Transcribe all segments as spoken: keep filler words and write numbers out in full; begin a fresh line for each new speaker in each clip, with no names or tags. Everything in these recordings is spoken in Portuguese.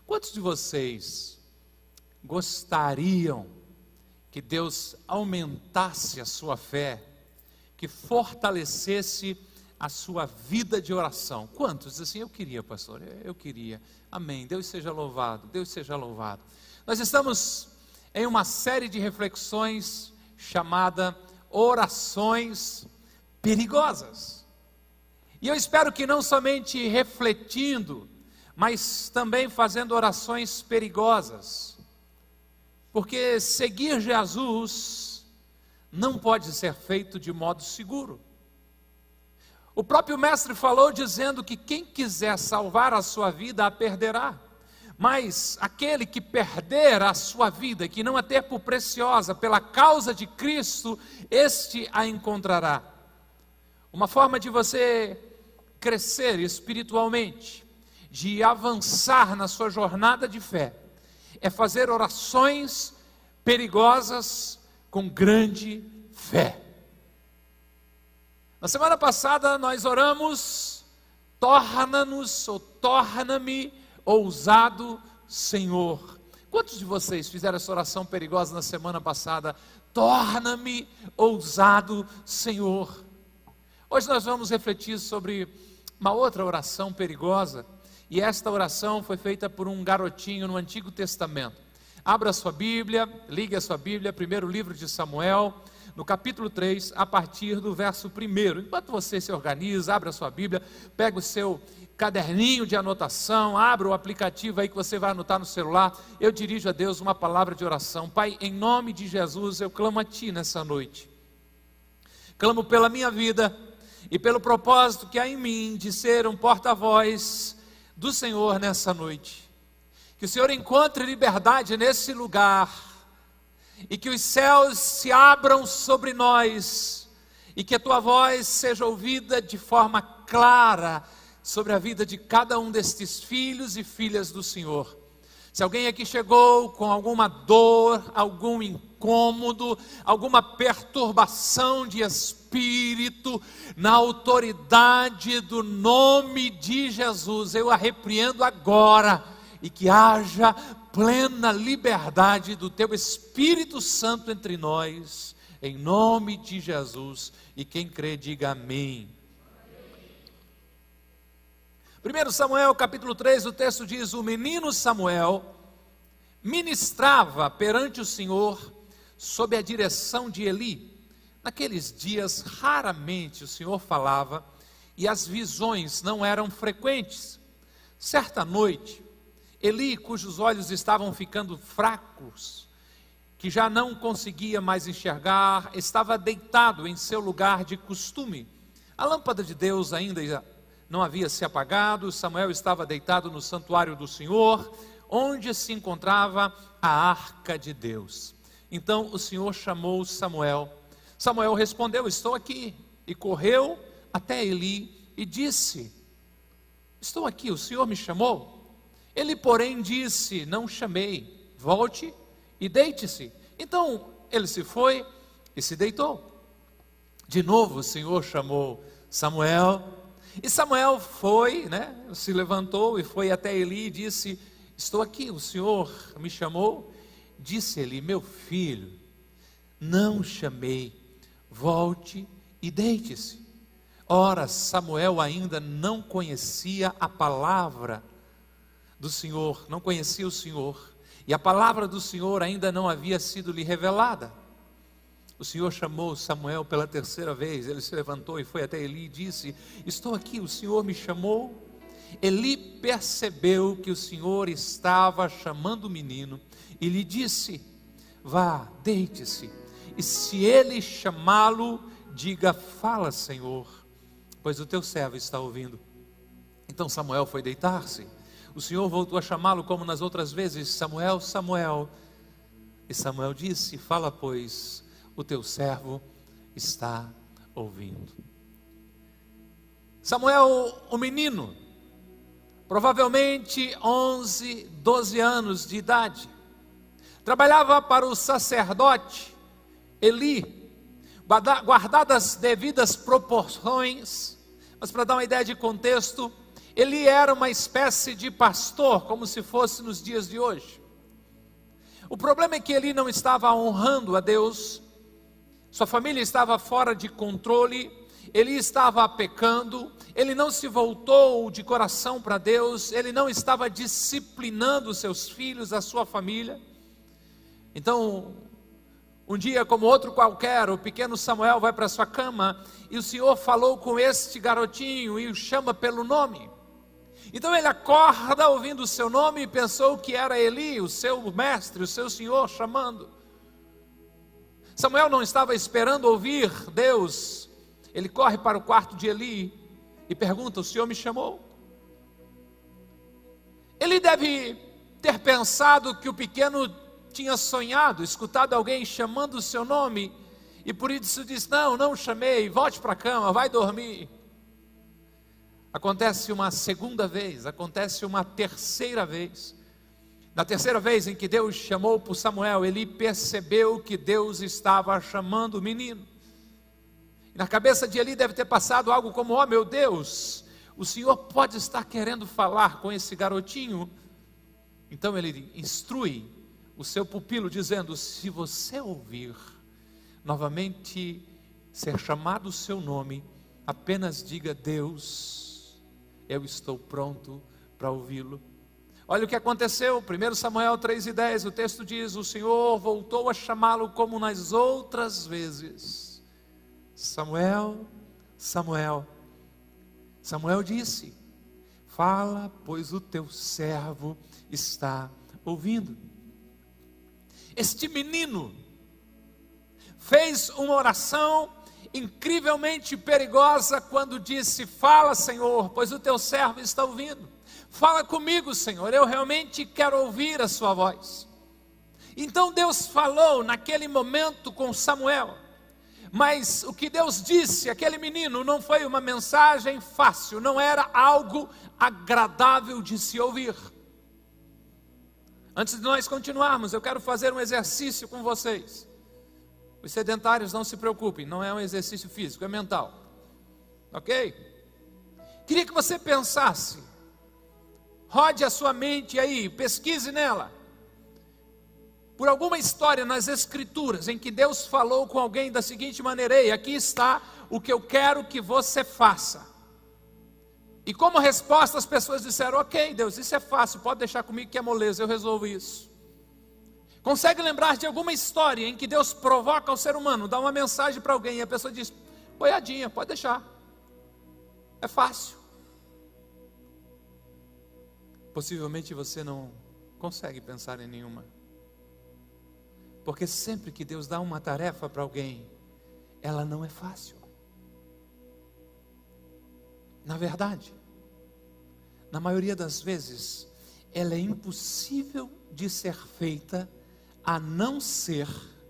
Quantos de vocês gostariam que Deus aumentasse a sua fé, que fortalecesse a sua vida de oração? Quantos dizem assim, eu queria, pastor, eu queria. Amém, Deus seja louvado, Deus seja louvado. Nós estamos em uma série de reflexões chamada orações perigosas. E eu espero que não somente refletindo, mas também fazendo orações perigosas. Porque seguir Jesus não pode ser feito de modo seguro. O próprio mestre falou dizendo que quem quiser salvar a sua vida a perderá. Mas aquele que perder a sua vida, que não a ter por preciosa pela causa de Cristo, este a encontrará. Uma forma de você crescer espiritualmente, de avançar na sua jornada de fé, é fazer orações perigosas com grande fé. Na semana passada nós oramos, torna-nos ou torna-me ousado Senhor. Quantos de vocês fizeram essa oração perigosa na semana passada? Torna-me ousado Senhor. Hoje nós vamos refletir sobre uma outra oração perigosa, e esta oração foi feita por um garotinho no Antigo Testamento. Abra a sua Bíblia, ligue a sua Bíblia, primeiro livro de Samuel, no capítulo três, a partir do verso primeiro. Enquanto você se organiza, abra a sua Bíblia, pega o seu caderninho de anotação, abra o aplicativo aí que você vai anotar no celular. Eu dirijo a Deus uma palavra de oração. Pai, em nome de Jesus, eu clamo a Ti nessa noite. Clamo pela minha vida e pelo propósito que há em mim de ser um porta-voz do Senhor nessa noite. Que o Senhor encontre liberdade nesse lugar, e que os céus se abram sobre nós, e que a Tua voz seja ouvida de forma clara sobre a vida de cada um destes filhos e filhas do Senhor. Se alguém aqui chegou com alguma dor, algum incômodo, alguma perturbação de espírito, na autoridade do nome de Jesus, eu a repreendo agora, e que haja plena liberdade do Teu Espírito Santo entre nós, em nome de Jesus. E quem crê, diga amém. primeiro Samuel capítulo três, o texto diz: o menino Samuel ministrava perante o Senhor sob a direção de Eli. Naqueles dias raramente o Senhor falava, e as visões não eram frequentes. Certa noite, Eli, cujos olhos estavam ficando fracos, que já não conseguia mais enxergar, estava deitado em seu lugar de costume. A lâmpada de Deus ainda não havia se apagado. Samuel estava deitado no santuário do Senhor, onde se encontrava a arca de Deus. Então o Senhor chamou Samuel. Samuel respondeu: estou aqui. E correu até Eli e disse: estou aqui, o Senhor me chamou? Ele, porém, disse: não chamei, volte e deite-se. Então ele se foi e se deitou. De novo o Senhor chamou Samuel, e Samuel foi, né, se levantou e foi até Eli e disse: estou aqui, o Senhor me chamou? Disse Eli: meu filho, não chamei, volte e deite-se. Ora, Samuel ainda não conhecia a palavra do Senhor, não conhecia o Senhor, e a palavra do Senhor ainda não havia sido lhe revelada. O Senhor chamou Samuel pela terceira vez. Ele se levantou e foi até Eli e disse: estou aqui, o Senhor me chamou? Eli percebeu que o Senhor estava chamando o menino e lhe disse: vá, deite-se, e se ele chamá-lo, diga: fala, Senhor, pois o teu servo está ouvindo. Então Samuel foi deitar-se. O Senhor voltou a chamá-lo como nas outras vezes: Samuel, Samuel. E Samuel disse: fala, pois o teu servo está ouvindo. Samuel, o menino, provavelmente onze, doze anos de idade, trabalhava para o sacerdote Eli, guardadas devidas proporções, mas para dar uma ideia de contexto, Eli era uma espécie de pastor, como se fosse nos dias de hoje. O problema é que Eli não estava honrando a Deus, sua família estava fora de controle, ele estava pecando, ele não se voltou de coração para Deus, ele não estava disciplinando seus filhos, a sua família. Então, um dia como outro qualquer, o pequeno Samuel vai para sua cama, e o Senhor falou com este garotinho, e o chama pelo nome. Então ele acorda ouvindo o seu nome, e pensou que era Eli, o seu mestre, o seu Senhor chamando. Samuel não estava esperando ouvir Deus. Ele corre para o quarto de Eli, e pergunta: o Senhor me chamou? Ele deve ter pensado que o pequeno tinha sonhado, escutado alguém chamando o seu nome, e por isso disse: não, não chamei, volte para a cama, vai dormir. Acontece uma segunda vez, acontece uma terceira vez. Na terceira vez em que Deus chamou por Samuel, ele percebeu que Deus estava chamando o menino. E na cabeça de Eli deve ter passado algo como: ó, meu Deus, o Senhor pode estar querendo falar com esse garotinho. Então ele instrui o seu pupilo dizendo: se você ouvir novamente ser chamado o seu nome, apenas diga: Deus, eu estou pronto para ouvi-lo. Olha o que aconteceu, primeiro Samuel três e dez, o texto diz: o Senhor voltou a chamá-lo como nas outras vezes. Samuel, Samuel. Samuel disse: fala, pois o teu servo está ouvindo. Este menino fez uma oração incrivelmente perigosa quando disse: fala, Senhor, pois o teu servo está ouvindo. Fala comigo, Senhor, eu realmente quero ouvir a sua voz. Então Deus falou naquele momento com Samuel, mas o que Deus disse àquele menino não foi uma mensagem fácil, não era algo agradável de se ouvir. Antes de nós continuarmos, eu quero fazer um exercício com vocês. Os sedentários, não se preocupem, não é um exercício físico, é mental, ok? Queria que você pensasse, rode a sua mente aí, pesquise nela, por alguma história nas escrituras, em que Deus falou com alguém da seguinte maneira: ei, aqui está o que eu quero que você faça. E como resposta as pessoas disseram: ok, Deus, isso é fácil, pode deixar comigo que é moleza, eu resolvo isso. Consegue lembrar de alguma história em que Deus provoca o ser humano, dá uma mensagem para alguém e a pessoa diz: boiadinha, pode deixar, é fácil? Possivelmente você não consegue pensar em nenhuma, porque sempre que Deus dá uma tarefa para alguém, ela não é fácil. Na verdade, na maioria das vezes, ela é impossível de ser feita, a não ser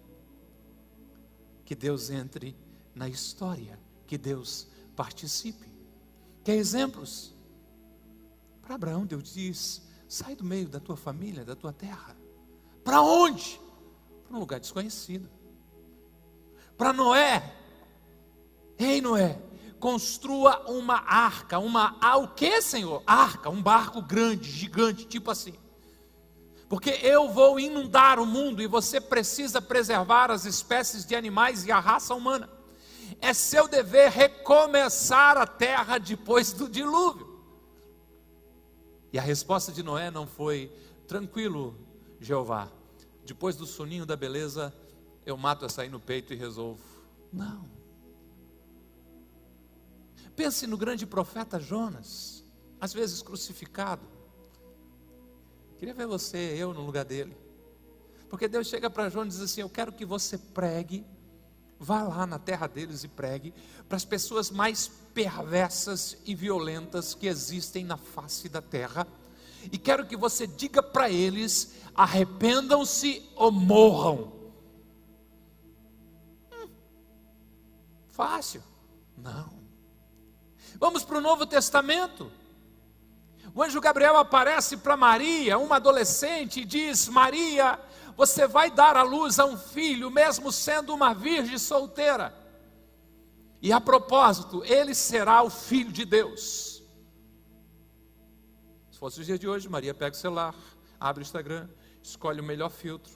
que Deus entre na história, que Deus participe. Quer exemplos? Para Abraão Deus diz: sai do meio da tua família, da tua terra. Para onde? Para um lugar desconhecido. Para Noé: ei Noé, construa uma arca, uma, ah, o que, Senhor? Arca, um barco grande, gigante, tipo assim. Porque eu vou inundar o mundo e você precisa preservar as espécies de animais e a raça humana. É seu dever recomeçar a terra depois do dilúvio. E a resposta de Noé não foi: tranquilo, Jeová, depois do soninho da beleza, eu mato essa aí no peito e resolvo. Não. Pense no grande profeta Jonas, às vezes crucificado. Queria ver você, eu no lugar dele. Porque Deus chega para Jonas e diz assim: eu quero que você pregue, vá lá na terra deles e pregue, para as pessoas mais perversas e violentas que existem na face da terra. E quero que você diga para eles: arrependam-se ou morram. Hum, fácil? Não. Vamos para o Novo Testamento. O anjo Gabriel aparece para Maria, uma adolescente, e diz: Maria, você vai dar à luz a um filho, mesmo sendo uma virgem solteira. E a propósito, ele será o Filho de Deus. Se fosse o dia de hoje, Maria pega o celular, abre o Instagram, escolhe o melhor filtro,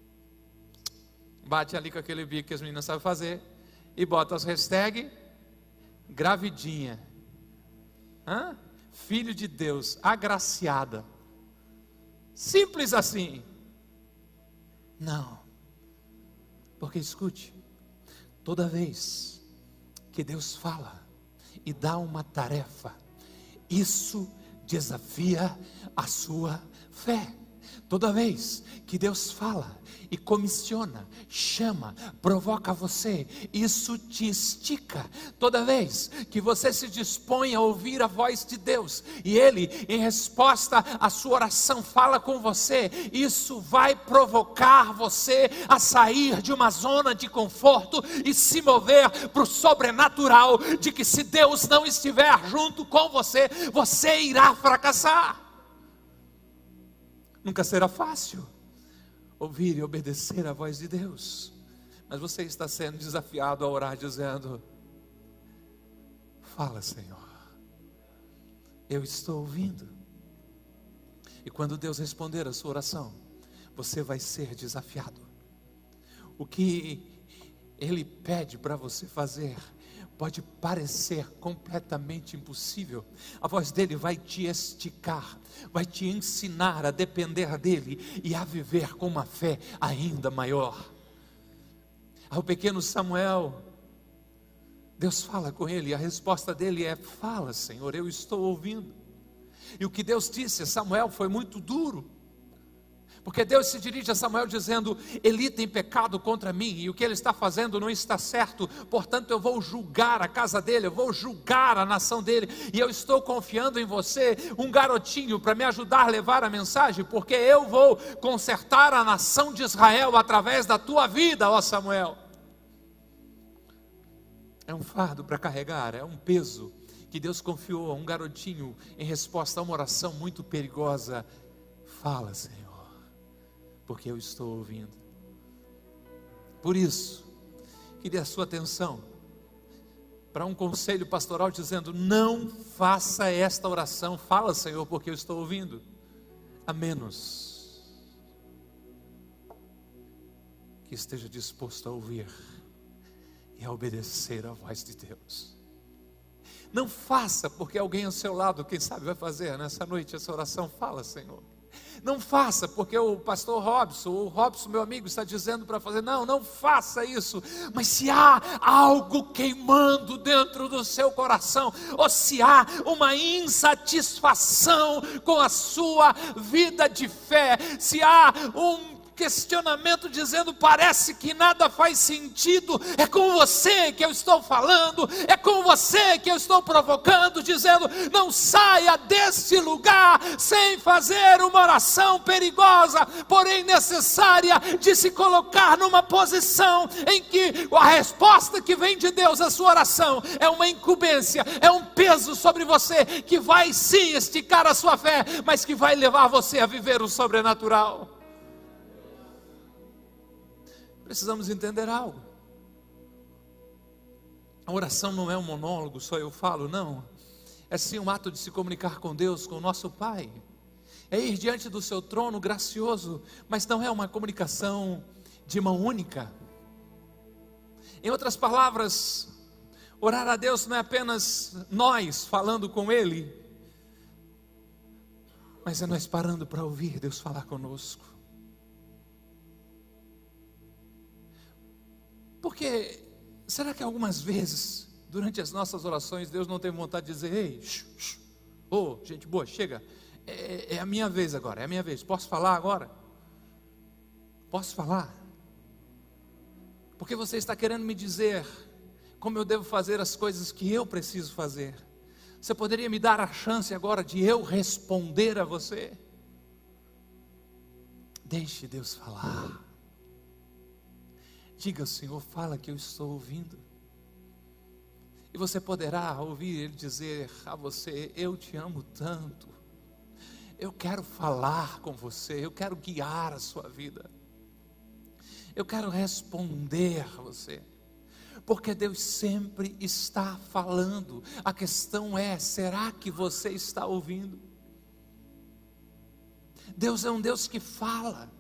bate ali com aquele bico que as meninas sabem fazer e bota as hashtags gravidinha, Hã? Filho de Deus, agraciada. Simples assim. Não. Porque escute, toda vez que Deus fala e dá uma tarefa, isso desafia a sua fé. Toda vez que Deus fala e comissiona, chama, provoca você, isso te estica. Toda vez que você se dispõe a ouvir a voz de Deus e Ele, em resposta à sua oração, fala com você, isso vai provocar você a sair de uma zona de conforto e se mover para o sobrenatural, de que se Deus não estiver junto com você, você irá fracassar. Nunca será fácil ouvir e obedecer a voz de Deus, mas você está sendo desafiado a orar dizendo: fala, Senhor, eu estou ouvindo. E quando Deus responder a sua oração, você vai ser desafiado. O que Ele pede para você fazer pode parecer completamente impossível. A voz dele vai te esticar, vai te ensinar a depender dele e a viver com uma fé ainda maior. Ao pequeno Samuel, Deus fala com ele, e a resposta dele é: fala, Senhor, eu estou ouvindo. E o que Deus disse a Samuel foi muito duro, porque Deus se dirige a Samuel dizendo: Eli tem pecado contra mim, e o que ele está fazendo não está certo, portanto eu vou julgar a casa dele, eu vou julgar a nação dele, e eu estou confiando em você, um garotinho, para me ajudar a levar a mensagem, porque eu vou consertar a nação de Israel através da tua vida, ó Samuel. É um fardo para carregar, é um peso que Deus confiou a um garotinho em resposta a uma oração muito perigosa. Fala, Senhor, porque eu estou ouvindo. Por isso, queria a sua atenção para um conselho pastoral dizendo: não faça esta oração, fala, Senhor, porque eu estou ouvindo, a menos que esteja disposto a ouvir e a obedecer à voz de Deus. Não faça porque alguém ao seu lado, quem sabe, vai fazer nessa noite essa oração. Fala, Senhor. Não faça porque o pastor Robson, o Robson, meu amigo, está dizendo para fazer. Não, não faça isso. Mas se há algo queimando dentro do seu coração, ou se há uma insatisfação com a sua vida de fé, se há um questionamento dizendo: parece que nada faz sentido, é com você que eu estou falando, é com você que eu estou provocando, dizendo: não saia deste lugar sem fazer uma oração perigosa, porém necessária, de se colocar numa posição em que a resposta que vem de Deus à sua oração é uma incumbência, é um peso sobre você, que vai sim esticar a sua fé, mas que vai levar você a viver o sobrenatural. Precisamos entender algo. A oração não é um monólogo, só eu falo, não. É sim um ato de se comunicar com Deus, com o nosso Pai. É ir diante do seu trono gracioso, mas não é uma comunicação de mão única. Em outras palavras, orar a Deus não é apenas nós falando com Ele, mas é nós parando para ouvir Deus falar conosco. Porque, será que algumas vezes, durante as nossas orações, Deus não tem vontade de dizer: ei, ô, oh, gente boa, chega, é, é a minha vez agora, é a minha vez, posso falar agora? Posso falar? Porque você está querendo me dizer como eu devo fazer as coisas que eu preciso fazer. Você poderia me dar a chance agora de eu responder a você? Deixe Deus falar. Diga: Senhor, fala que eu estou ouvindo. E você poderá ouvir Ele dizer a você: eu te amo tanto, eu quero falar com você, eu quero guiar a sua vida, eu quero responder a você, porque Deus sempre está falando. A questão é: será que você está ouvindo? Deus é um Deus que fala.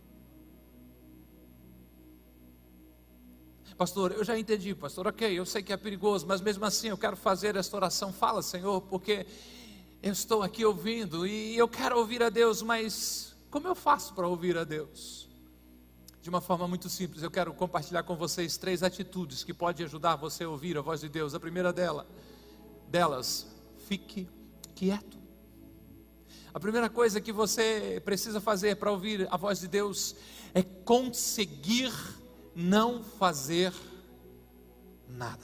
Pastor, eu já entendi, pastor, ok, eu sei que é perigoso, mas mesmo assim eu quero fazer esta oração. Fala, Senhor, porque eu estou aqui ouvindo e eu quero ouvir a Deus, mas como eu faço para ouvir a Deus? De uma forma muito simples, eu quero compartilhar com vocês três atitudes que podem ajudar você a ouvir a voz de Deus. A primeira dela, delas, fique quieto. A primeira coisa que você precisa fazer para ouvir a voz de Deus é conseguir não fazer nada.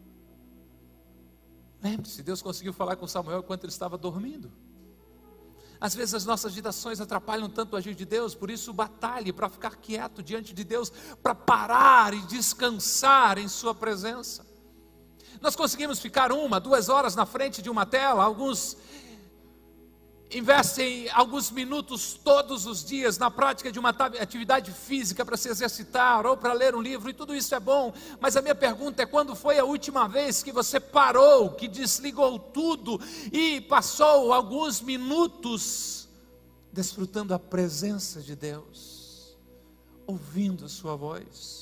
Lembre-se, Deus conseguiu falar com Samuel enquanto ele estava dormindo. Às vezes as nossas agitações atrapalham tanto o agir de Deus, por isso batalhe para ficar quieto diante de Deus, para parar e descansar em sua presença. Nós conseguimos ficar uma, duas horas na frente de uma tela, alguns investem alguns minutos todos os dias na prática de uma atividade física para se exercitar ou para ler um livro, e tudo isso é bom, mas a minha pergunta é: quando foi a última vez que você parou, que desligou tudo e passou alguns minutos desfrutando a presença de Deus, ouvindo a sua voz?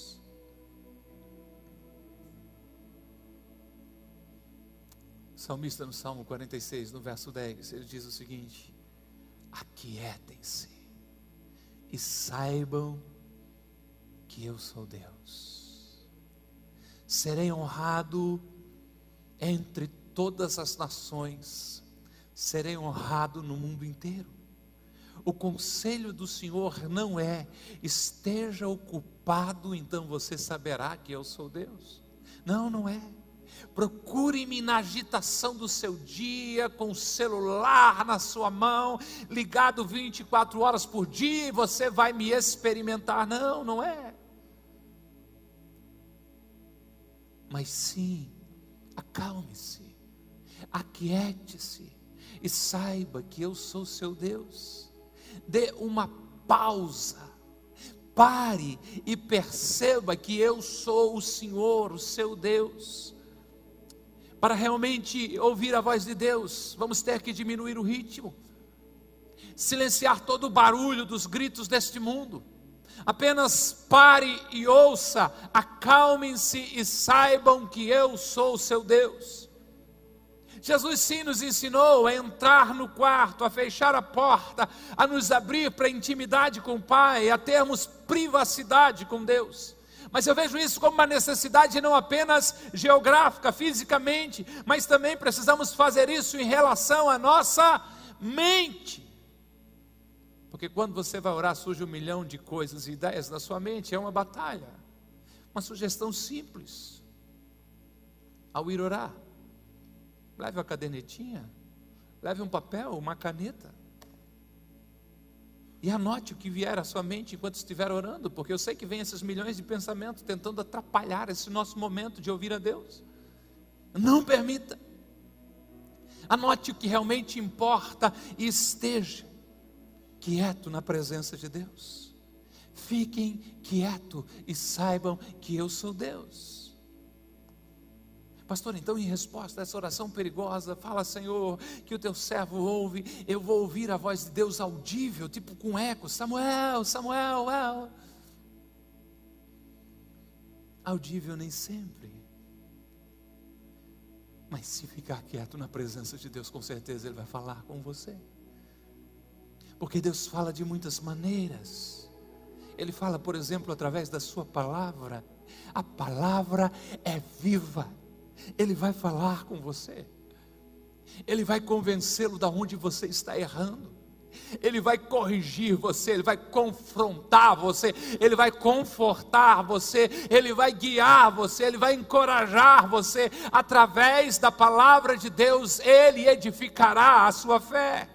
O salmista no Salmo quarenta e seis, no verso dez, ele diz o seguinte: aquietem-se e saibam que eu sou Deus. Serei honrado entre todas as nações, serei honrado no mundo inteiro. O conselho do Senhor não é: esteja ocupado, então você saberá que eu sou Deus. Não, não é. Procure-me na agitação do seu dia, com o celular na sua mão, ligado vinte e quatro horas por dia, e você vai me experimentar. Não, não é. Mas sim, acalme-se, aquiete-se e saiba que eu sou seu Deus. Dê uma pausa, pare e perceba que eu sou o Senhor, o seu Deus. Para realmente ouvir a voz de Deus, vamos ter que diminuir o ritmo, silenciar todo o barulho dos gritos deste mundo. Apenas pare e ouça, acalmem-se e saibam que eu sou o seu Deus. Jesus sim nos ensinou a entrar no quarto, a fechar a porta, a nos abrir para a intimidade com o Pai, a termos privacidade com Deus. Mas eu vejo isso como uma necessidade não apenas geográfica, fisicamente, mas também precisamos fazer isso em relação à nossa mente. Porque quando você vai orar, surge um milhão de coisas e ideias na sua mente, é uma batalha. Uma sugestão simples: ao ir orar, leve uma cadernetinha, leve um papel, uma caneta, e anote o que vier à sua mente enquanto estiver orando, porque eu sei que vem esses milhões de pensamentos tentando atrapalhar esse nosso momento de ouvir a Deus. Não permita. Anote o que realmente importa e esteja quieto na presença de Deus. Fiquem quietos e saibam que eu sou Deus. Pastor, então em resposta a essa oração perigosa, fala: Senhor, que o teu servo ouve, eu vou ouvir a voz de Deus audível, tipo com eco: Samuel, Samuel, well. Audível nem sempre, mas se ficar quieto na presença de Deus, com certeza Ele vai falar com você, porque Deus fala de muitas maneiras. Ele fala, por exemplo, através da sua palavra. A palavra é viva. Ele vai falar com você, Ele vai convencê-lo de onde você está errando, Ele vai corrigir você, Ele vai confrontar você, Ele vai confortar você, Ele vai guiar você, Ele vai encorajar você. Através da palavra de Deus, Ele edificará a sua fé.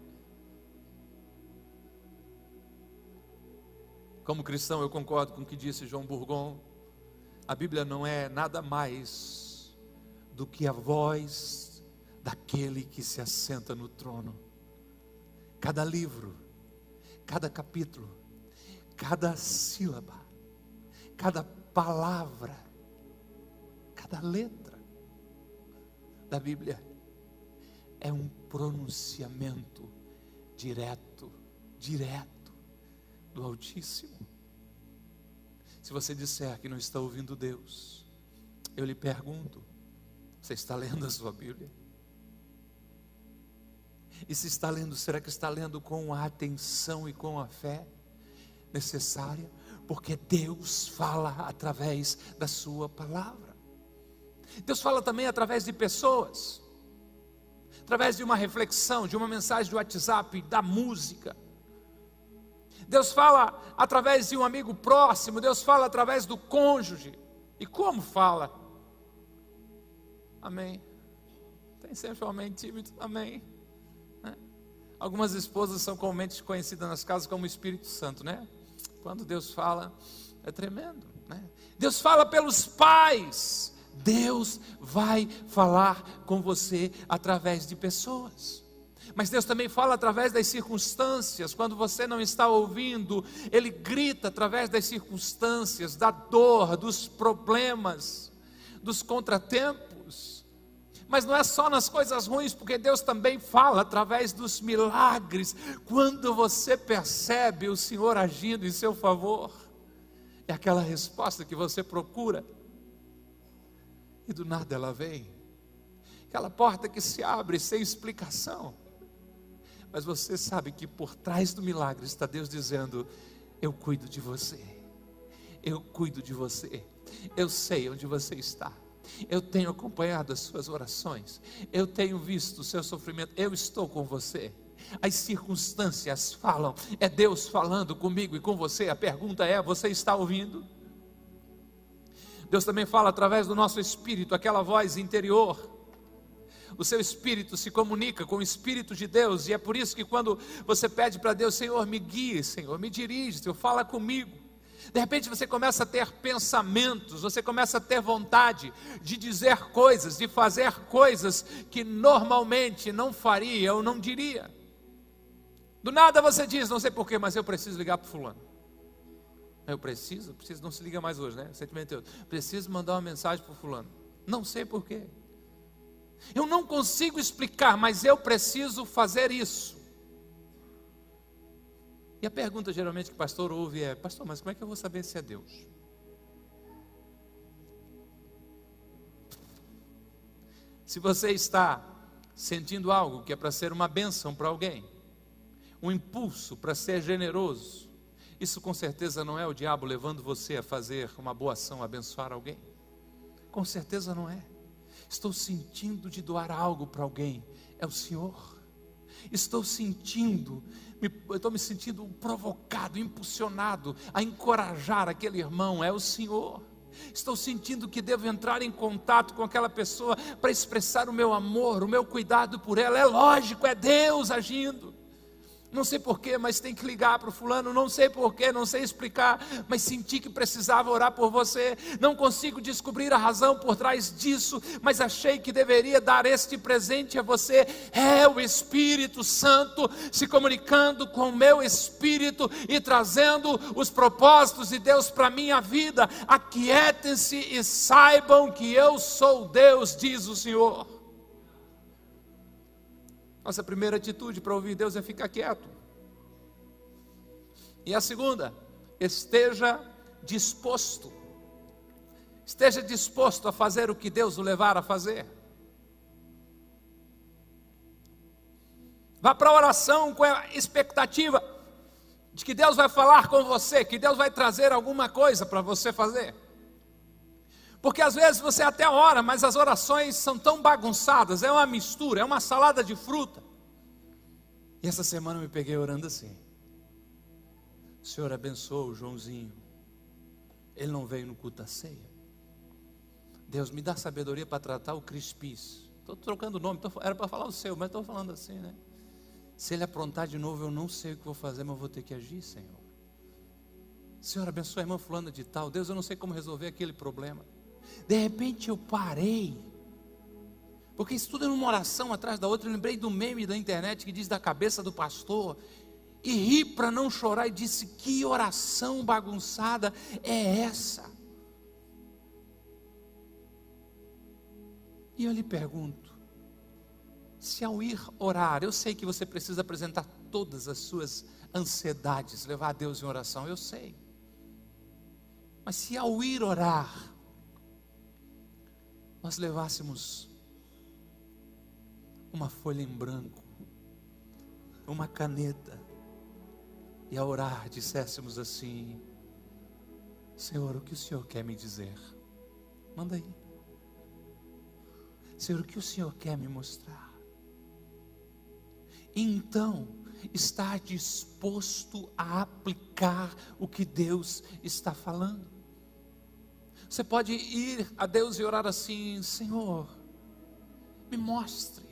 Como cristão, eu concordo com o que disse João Burgon. A Bíblia não é nada mais do que a voz daquele que se assenta no trono. Cada livro, cada capítulo, cada sílaba, cada palavra, cada letra da Bíblia é um pronunciamento direto direto do Altíssimo. Se você disser que não está ouvindo Deus, eu lhe pergunto, você está lendo a sua Bíblia? E se está lendo, será que está lendo com a atenção e com a fé necessária? Porque Deus fala através da sua palavra. Deus fala também através de pessoas, através de uma reflexão, de uma mensagem do WhatsApp, da música. Deus fala através de um amigo próximo, Deus fala através do cônjuge. E como fala? Amém. Tem sempre um amém tímido, amém. Né? Algumas esposas são comumente conhecidas nas casas como Espírito Santo, né? Quando Deus fala, é tremendo, né? Deus fala pelos pais. Deus vai falar com você através de pessoas. Mas Deus também fala através das circunstâncias. Quando você não está ouvindo, Ele grita através das circunstâncias, da dor, dos problemas, dos contratempos. Mas não é só nas coisas ruins, porque Deus também fala através dos milagres. Quando você percebe o Senhor agindo em seu favor, é aquela resposta que você procura, e do nada ela vem. Aquela porta que se abre sem explicação. Mas você sabe que por trás do milagre está Deus dizendo: eu cuido de você, eu cuido de você, eu sei onde você está, eu tenho acompanhado as suas orações, eu tenho visto o seu sofrimento, eu estou com você. As circunstâncias falam, é Deus falando comigo e com você. A pergunta é: você está ouvindo? Deus também fala através do nosso espírito, aquela voz interior. O seu espírito se comunica com o Espírito de Deus, e é por isso que quando você pede para Deus: Senhor, me guie, Senhor, me dirige, Senhor, fala comigo. De repente você começa a ter pensamentos, você começa a ter vontade de dizer coisas, de fazer coisas que normalmente não faria ou não diria. Do nada você diz: não sei porquê, mas eu preciso ligar para o fulano. Eu preciso? Preciso, não se liga mais hoje, né? Sentimento eu preciso mandar uma mensagem para o fulano. Não sei porquê. Eu não consigo explicar, mas eu preciso fazer isso. E a pergunta geralmente que o pastor ouve é: pastor, mas como é que eu vou saber se é Deus? Se você está sentindo algo que é para ser uma bênção para alguém, um impulso para ser generoso, isso com certeza não é o diabo levando você a fazer uma boa ação, a abençoar alguém. Com certeza não é. Estou sentindo de doar algo para alguém, é o Senhor. Estou sentindo, me, eu estou me sentindo provocado, impulsionado a encorajar aquele irmão, é o Senhor. Estou sentindo que devo entrar em contato com aquela pessoa para expressar o meu amor, o meu cuidado por ela. É lógico, é Deus agindo. Não sei porquê, mas tem que ligar para o fulano. Não sei porquê, não sei explicar, mas senti que precisava orar por você. Não consigo descobrir a razão por trás disso, mas achei que deveria dar este presente a você. É o Espírito Santo se comunicando com o meu espírito e trazendo os propósitos de Deus para a minha vida. Aquietem-se e saibam que eu sou Deus, diz o Senhor. Nossa primeira atitude para ouvir Deus é ficar quieto. E a segunda, esteja disposto. Esteja disposto a fazer o que Deus o levar a fazer. Vá para a oração com a expectativa de que Deus vai falar com você, que Deus vai trazer alguma coisa para você fazer. Porque às vezes você até ora, mas as orações são tão bagunçadas, é uma mistura, é uma salada de fruta. E essa semana eu me peguei orando assim: Senhor, abençoa o Joãozinho, ele não veio no culto da ceia. Deus, me dá sabedoria para tratar o Crispis. Estou trocando o nome, tô, era para falar o seu, mas estou falando assim, né? Se ele aprontar de novo, eu não sei o que vou fazer, mas eu vou ter que agir, Senhor. Senhor, abençoa a irmã fulana de tal. Deus, eu não sei como resolver aquele problema. De repente eu parei, porque isso tudo é uma oração atrás da outra. Eu lembrei do meme da internet que diz da cabeça do pastor, e ri para não chorar, e disse: que oração bagunçada é essa? E eu lhe pergunto, se ao ir orar, eu sei que você precisa apresentar todas as suas ansiedades, levar a Deus em oração, eu sei. Mas se ao ir orar, nós levássemos uma folha em branco, uma caneta, e ao orar disséssemos assim: Senhor, o que o Senhor quer me dizer? Manda aí. Senhor, o que o Senhor quer me mostrar? Então, estar disposto a aplicar o que Deus está falando. Você pode ir a Deus e orar assim: Senhor, me mostre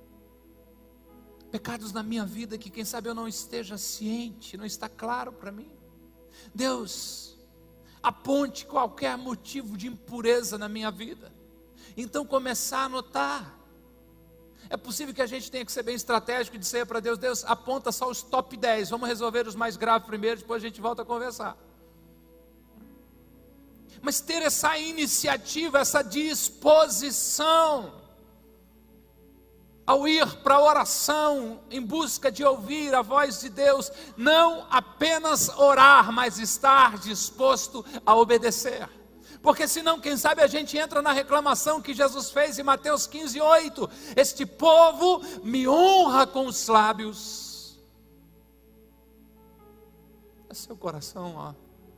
pecados na minha vida que quem sabe eu não esteja ciente, não está claro para mim. Deus, aponte qualquer motivo de impureza na minha vida. Então começar a notar. É possível que a gente tenha que ser bem estratégico e dizer para Deus: Deus, aponta só os top dez, vamos resolver os mais graves primeiro, depois a gente volta a conversar. Mas ter essa iniciativa, essa disposição, ao ir para a oração, em busca de ouvir a voz de Deus, não apenas orar, mas estar disposto a obedecer. Porque senão, quem sabe a gente entra na reclamação que Jesus fez em Mateus quinze, oito. Este povo me honra com os lábios. É seu coração, ó,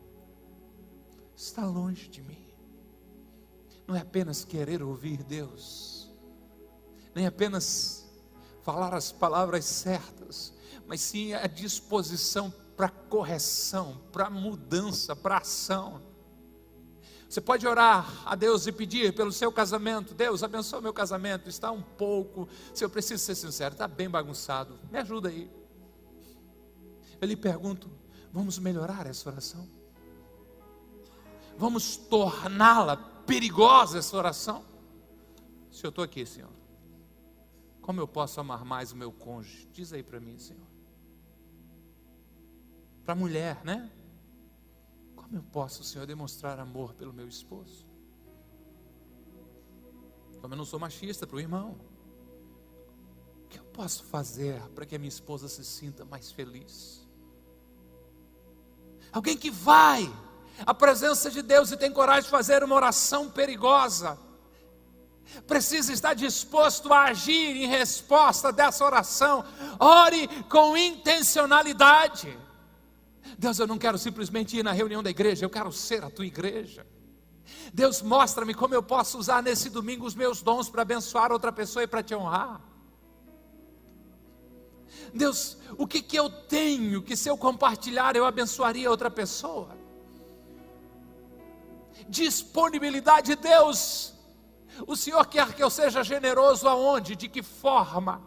está longe de mim. Não é apenas querer ouvir Deus, nem apenas falar as palavras certas, mas sim a disposição para correção, para mudança, para ação. Você pode orar a Deus e pedir pelo seu casamento: Deus, abençoa meu casamento, está um pouco, se eu preciso ser sincero, está bem bagunçado, me ajuda aí. Eu lhe pergunto: vamos melhorar essa oração? Vamos torná-la perigosa, essa oração? Se eu estou aqui, Senhor, como eu posso amar mais o meu cônjuge? Diz aí para mim, Senhor. Para a mulher, né? Como eu posso, Senhor, demonstrar amor pelo meu esposo? Como eu não sou machista, para o irmão, o que eu posso fazer para que a minha esposa se sinta mais feliz? Alguém que vai à presença de Deus e tem coragem de fazer uma oração perigosa, precisa estar disposto a agir em resposta dessa oração. Ore com intencionalidade. Deus, eu não quero simplesmente ir na reunião da igreja, eu quero ser a tua igreja. Deus, mostra-me como eu posso usar nesse domingo os meus dons para abençoar outra pessoa e para te honrar. Deus, o que que eu tenho que, se eu compartilhar, eu abençoaria outra pessoa? Disponibilidade. Deus, o Senhor quer que eu seja generoso aonde? De que forma?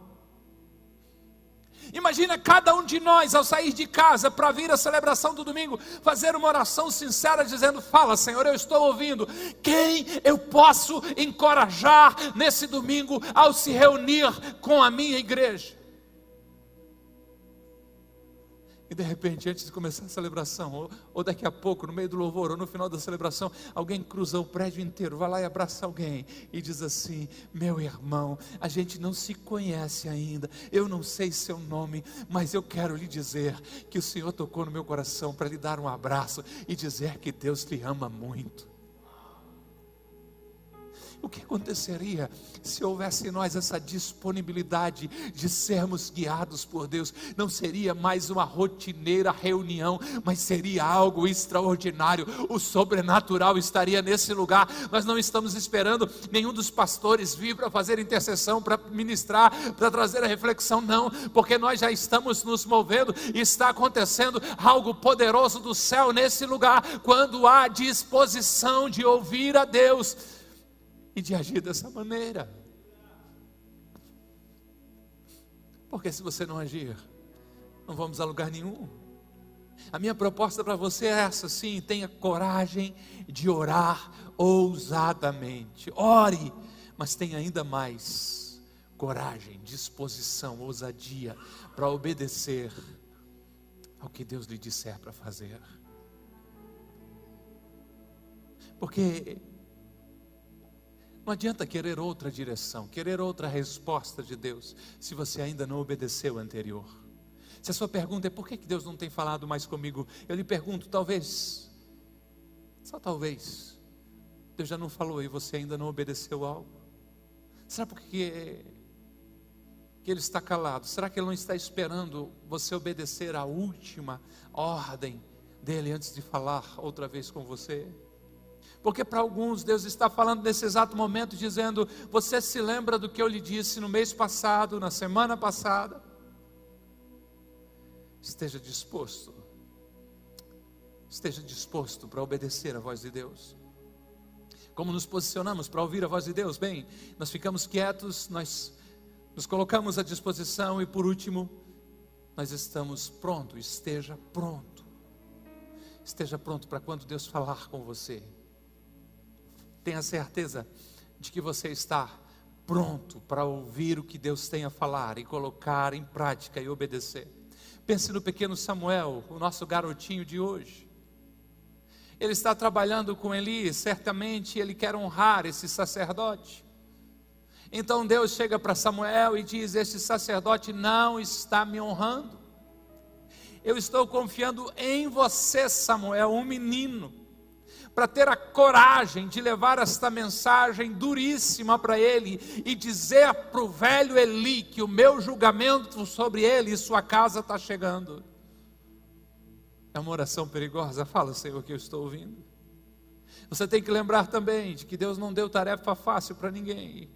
Imagina cada um de nós, ao sair de casa para vir à celebração do domingo, fazer uma oração sincera dizendo: fala, Senhor, eu estou ouvindo. Quem eu posso encorajar nesse domingo ao se reunir com a minha igreja? E de repente, antes de começar a celebração, ou, ou daqui a pouco, no meio do louvor, ou no final da celebração, alguém cruza o prédio inteiro, vai lá e abraça alguém e diz assim: meu irmão, a gente não se conhece ainda, eu não sei seu nome, mas eu quero lhe dizer que o Senhor tocou no meu coração para lhe dar um abraço e dizer que Deus te ama muito. O que aconteceria se houvesse em nós essa disponibilidade de sermos guiados por Deus? Não seria mais uma rotineira reunião, mas seria algo extraordinário. O sobrenatural estaria nesse lugar. Nós não estamos esperando nenhum dos pastores vir para fazer intercessão, para ministrar, para trazer a reflexão, não, porque nós já estamos nos movendo e está acontecendo algo poderoso do céu nesse lugar, quando há disposição de ouvir a Deus e de agir dessa maneira. Porque se você não agir, não vamos a lugar nenhum. A minha proposta para você é essa, sim: tenha coragem de orar ousadamente. Ore, mas tenha ainda mais coragem, disposição, ousadia para obedecer ao que Deus lhe disser para fazer. Porque não adianta querer outra direção, querer outra resposta de Deus, se você ainda não obedeceu o anterior. Se a sua pergunta é por que Deus não tem falado mais comigo, eu lhe pergunto, talvez, só talvez, Deus já não falou e você ainda não obedeceu algo. Será porque que Ele está calado? Será que Ele não está esperando você obedecer a última ordem dEle antes de falar outra vez com você? Porque para alguns Deus está falando nesse exato momento, dizendo: você se lembra do que eu lhe disse no mês passado, na semana passada? Esteja disposto, esteja disposto para obedecer a voz de Deus. Como nos posicionamos para ouvir a voz de Deus? Bem, nós ficamos quietos, nós nos colocamos à disposição e, por último, nós estamos prontos. Esteja pronto, esteja pronto para quando Deus falar com você. Tenha certeza de que você está pronto para ouvir o que Deus tem a falar e colocar em prática e obedecer. Pense no pequeno Samuel, o nosso garotinho de hoje. Ele está trabalhando com Eli, certamente ele quer honrar esse sacerdote. Então Deus chega para Samuel e diz: este sacerdote não está me honrando. Eu estou confiando em você, Samuel, um menino, para ter a coragem de levar esta mensagem duríssima para ele e dizer para o velho Eli que o meu julgamento sobre ele e sua casa está chegando. É uma oração perigosa. Fala, Senhor, que eu estou ouvindo. Você tem que lembrar também de que Deus não deu tarefa fácil para ninguém,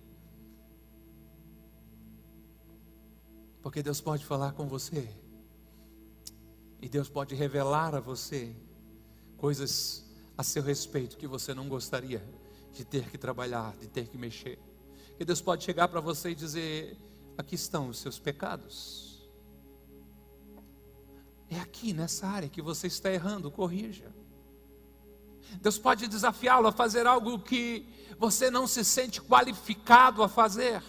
porque Deus pode falar com você e Deus pode revelar a você coisas a seu respeito que você não gostaria de ter que trabalhar, de ter que mexer. E Deus pode chegar para você e dizer: aqui estão os seus pecados, é aqui nessa área que você está errando, corrija. Deus pode desafiá-lo a fazer algo que você não se sente qualificado a fazer.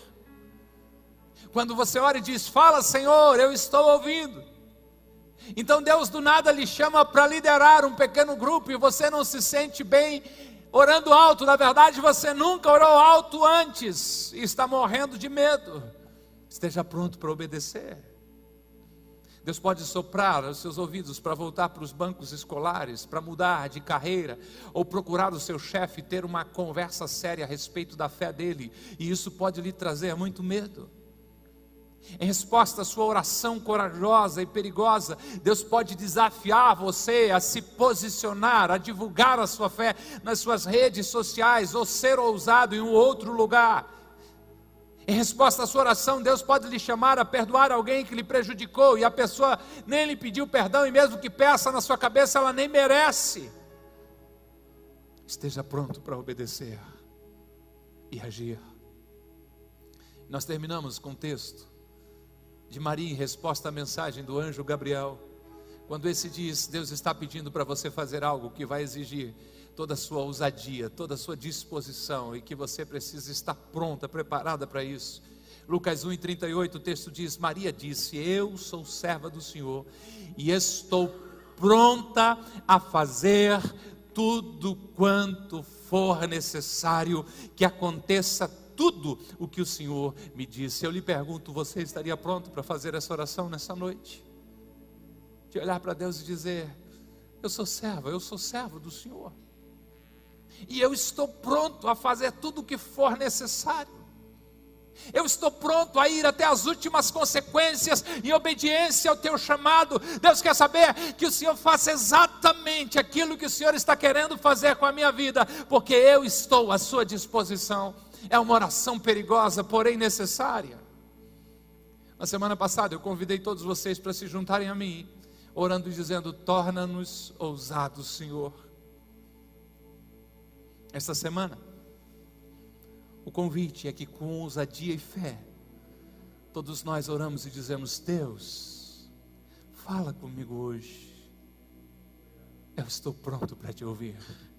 Quando você ora e diz: fala, Senhor, eu estou ouvindo. Então Deus do nada lhe chama para liderar um pequeno grupo e você não se sente bem orando alto. Na verdade você nunca orou alto antes e está morrendo de medo. Esteja pronto para obedecer. Deus pode soprar aos seus ouvidos para voltar para os bancos escolares, para mudar de carreira, ou procurar o seu chefe e ter uma conversa séria a respeito da fé dele, e isso pode lhe trazer muito medo. Em resposta à sua oração corajosa e perigosa, Deus pode desafiar você a se posicionar, a divulgar a sua fé nas suas redes sociais, ou ser ousado em um outro lugar. Em resposta à sua oração, Deus pode lhe chamar a perdoar alguém que lhe prejudicou, e a pessoa nem lhe pediu perdão, e mesmo que peça na sua cabeça, ela nem merece. Esteja pronto para obedecer e agir. Nós terminamos com o texto de Maria em resposta à mensagem do anjo Gabriel, quando esse diz: Deus está pedindo para você fazer algo que vai exigir toda a sua ousadia, toda a sua disposição, e que você precisa estar pronta, preparada para isso. Lucas um, trinta e oito, o texto diz: Maria disse: eu sou serva do Senhor e estou pronta a fazer tudo quanto for necessário que aconteça tudo o que o Senhor me disse. Eu lhe pergunto: você estaria pronto para fazer essa oração nessa noite? De olhar para Deus e dizer: eu sou serva, eu sou servo do Senhor, e eu estou pronto a fazer tudo o que for necessário. Eu estou pronto a ir até as últimas consequências em obediência ao teu chamado. Deus quer saber que o Senhor faça exatamente aquilo que o Senhor está querendo fazer com a minha vida, porque eu estou à sua disposição. É uma oração perigosa, porém necessária. Na semana passada eu convidei todos vocês para se juntarem a mim, orando e dizendo: torna-nos ousados, Senhor. Esta semana o convite é que, com ousadia e fé, todos nós oramos e dizemos: Deus, fala comigo hoje, eu estou pronto para te ouvir.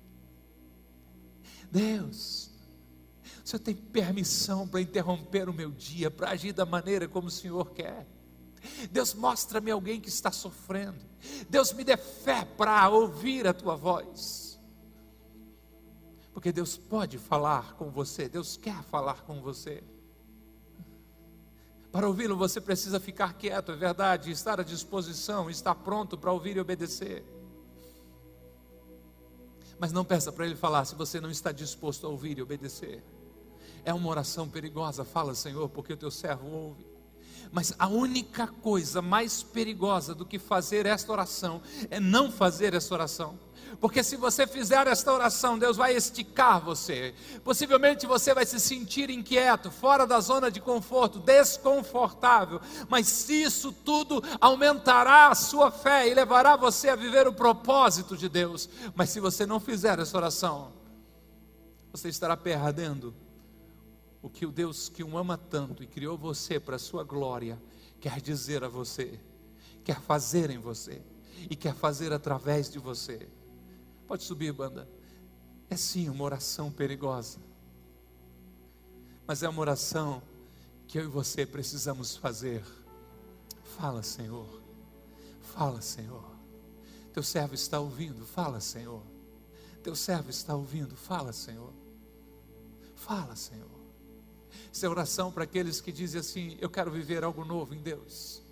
Deus, o Senhor tem permissão para interromper o meu dia, para agir da maneira como o Senhor quer. Deus, mostra-me alguém que está sofrendo. Deus, me dê fé para ouvir a tua voz. Porque Deus pode falar com você, Deus quer falar com você. Para ouvi-lo você precisa ficar quieto, é verdade, estar à disposição, estar pronto para ouvir e obedecer. Mas não peça para Ele falar se você não está disposto a ouvir e obedecer. É uma oração perigosa. Fala, Senhor, porque o teu servo ouve. Mas a única coisa mais perigosa do que fazer esta oração é não fazer esta oração. Porque se você fizer esta oração, Deus vai esticar você. Possivelmente você vai se sentir inquieto, fora da zona de conforto, desconfortável. Mas isso tudo aumentará a sua fé e levará você a viver o propósito de Deus. Mas se você não fizer essa oração, você estará perdendo o que o Deus que o ama tanto e criou você para a sua glória quer dizer a você, quer fazer em você e quer fazer através de você. Pode subir, banda. É sim uma oração perigosa, mas é uma oração que eu e você precisamos fazer. Fala, Senhor. Fala, Senhor. Teu servo está ouvindo. Fala, Senhor. Teu servo está ouvindo. Fala, Senhor. Fala, Senhor. Essa é oração para aqueles que dizem assim: eu quero viver algo novo em Deus,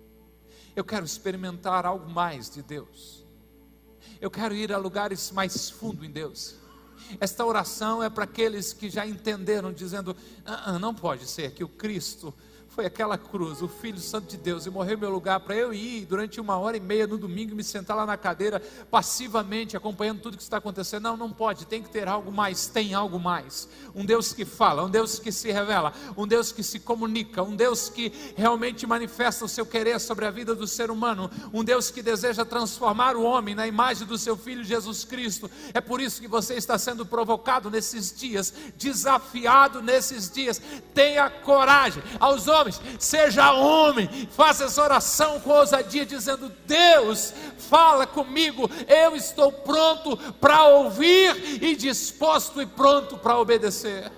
eu quero experimentar algo mais de Deus, eu quero ir a lugares mais fundos em Deus. Esta oração é para aqueles que já entenderam, dizendo: ah, não pode ser que o Cristo foi aquela cruz, o Filho Santo de Deus, e morreu em meu lugar para eu ir durante uma hora e meia no domingo e me sentar lá na cadeira passivamente, acompanhando tudo que está acontecendo. Não, não pode, tem que ter algo mais. Tem algo mais. Um Deus que fala, um Deus que se revela, um Deus que se comunica, um Deus que realmente manifesta o seu querer sobre a vida do ser humano, um Deus que deseja transformar o homem na imagem do seu Filho Jesus Cristo. É por isso que você está sendo provocado nesses dias, desafiado nesses dias. Tenha coragem. Aos homens, seja homem, faça essa oração com ousadia, dizendo: Deus, fala comigo, eu estou pronto para ouvir e disposto e pronto para obedecer.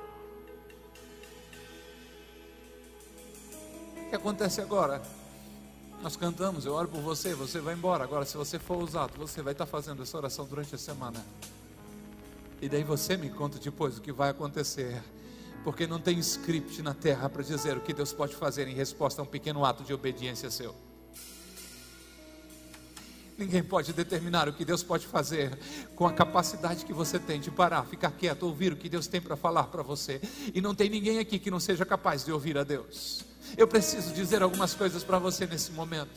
O que acontece agora? Nós cantamos, eu oro por você, você vai embora. Agora, se você for ousado, você vai estar fazendo essa oração durante a semana, e daí você me conta depois o que vai acontecer. Porque não tem script na terra para dizer o que Deus pode fazer em resposta a um pequeno ato de obediência seu. Ninguém pode determinar o que Deus pode fazer com a capacidade que você tem de parar, ficar quieto, ouvir o que Deus tem para falar para você. E não tem ninguém aqui que não seja capaz de ouvir a Deus. Eu preciso dizer algumas coisas para você nesse momento.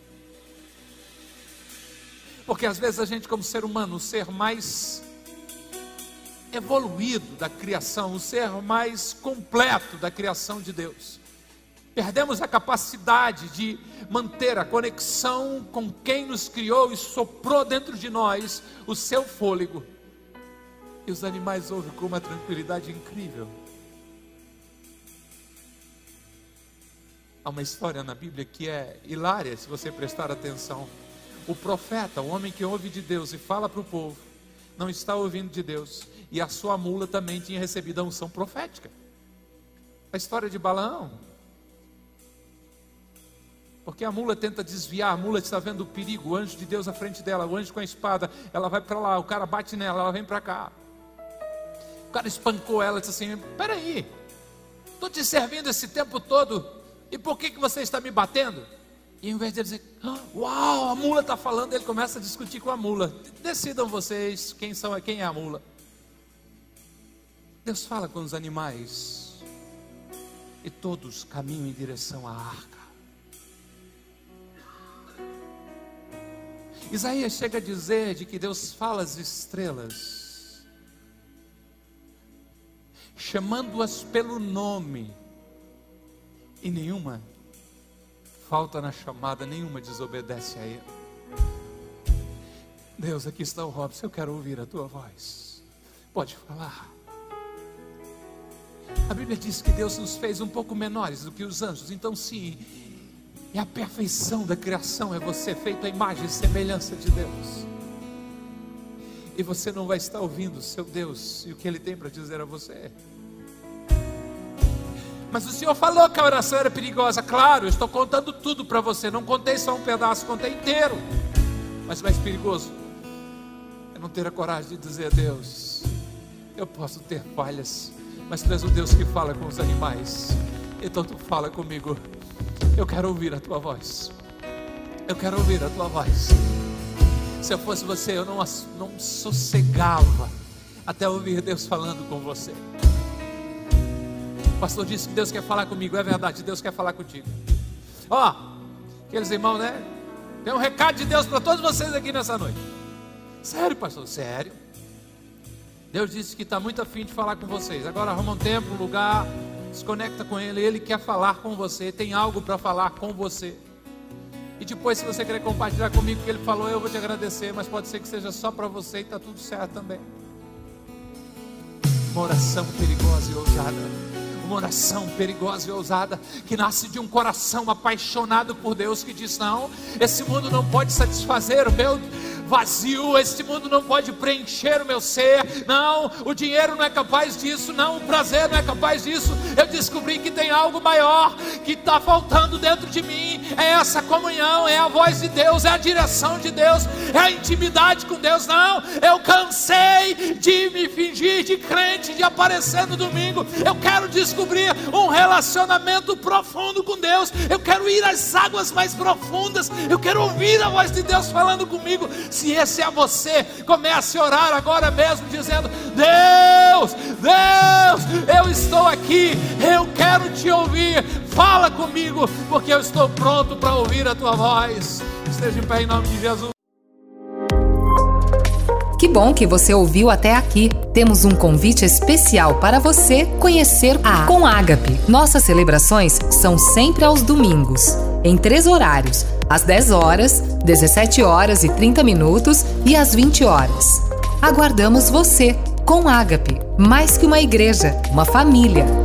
Porque às vezes a gente, como ser humano, o ser mais evoluído da criação, o ser mais completo da criação de Deus, perdemos a capacidade de manter a conexão com quem nos criou e soprou dentro de nós o seu fôlego. E os animais ouvem com uma tranquilidade incrível. Há uma história na Bíblia que é hilária, se você prestar atenção. O profeta, o homem que ouve de Deus e fala para o povo, não está ouvindo de Deus, e a sua mula também tinha recebido a unção profética. A história de Balaão, porque a mula tenta desviar, a mula está vendo o perigo, o anjo de Deus à frente dela, o anjo com a espada, ela vai para lá, o cara bate nela, ela vem para cá. O cara espancou ela e disse assim: peraí, estou te servindo esse tempo todo, e por que, que você está me batendo? E em vez de ele dizer: uau, a mula está falando, ele começa a discutir com a mula. Decidam vocês quem, são, quem é a mula. Deus fala com os animais, e todos caminham em direção à arca. Isaías chega a dizer de que Deus fala às estrelas, chamando-as pelo nome, e nenhuma falta na chamada, nenhuma desobedece a Ele. Deus, aqui está o Robson, eu quero ouvir a tua voz, pode falar. A Bíblia diz que Deus nos fez um pouco menores do que os anjos, então sim, é a perfeição da criação, é você feito à imagem e semelhança de Deus, e você não vai estar ouvindo o seu Deus e o que Ele tem para dizer a você. Mas o Senhor falou que a oração era perigosa. Claro, eu estou contando tudo para você, não contei só um pedaço, contei inteiro. Mas mais perigoso é não ter a coragem de dizer: Deus, eu posso ter falhas, mas Tu és o Deus que fala com os animais, Então tu fala comigo. Eu quero ouvir a tua voz. Eu quero ouvir a tua voz. Se eu fosse você, eu não, não sossegava até ouvir Deus falando com você. O pastor disse que Deus quer falar comigo. É verdade, Deus quer falar contigo. Ó, oh, aqueles irmãos, né? Tem um recado de Deus para todos vocês aqui nessa noite. Sério, pastor? Sério. Deus disse que está muito afim de falar com vocês. Agora arruma um tempo, um lugar, se conecta com Ele. Ele quer falar com você, tem algo para falar com você. E depois, se você querer compartilhar comigo o que Ele falou, eu vou te agradecer. Mas pode ser que seja só para você e está tudo certo também. Uma oração perigosa e ousada. Uma oração perigosa e ousada, que nasce de um coração apaixonado por Deus, que diz: não, esse mundo não pode satisfazer o meu vazio, esse mundo não pode preencher o meu ser, não, o dinheiro não é capaz disso, não, o prazer não é capaz disso. Eu descobri que tem algo maior que está faltando dentro de mim. É essa comunhão, é a voz de Deus, é a direção de Deus, é a intimidade com Deus. Não, eu cansei de me fingir de crente, de aparecer no domingo. Eu quero descobrir um relacionamento profundo com Deus. Eu quero ir às águas mais profundas. Eu quero ouvir a voz de Deus falando comigo. Se esse é você, comece a orar agora mesmo, dizendo: Deus, Deus, eu estou aqui, eu quero te ouvir. Fala comigo, porque eu estou pronto para ouvir a tua voz. Esteja em pé em nome de Jesus.
Que bom que você ouviu até aqui. Temos um convite especial para você conhecer a Com Ágape. Nossas celebrações são sempre aos domingos, em três horários: às dez horas, dezessete horas e trinta minutos e às vinte horas. Aguardamos você. Com Ágape, mais que uma igreja, uma família.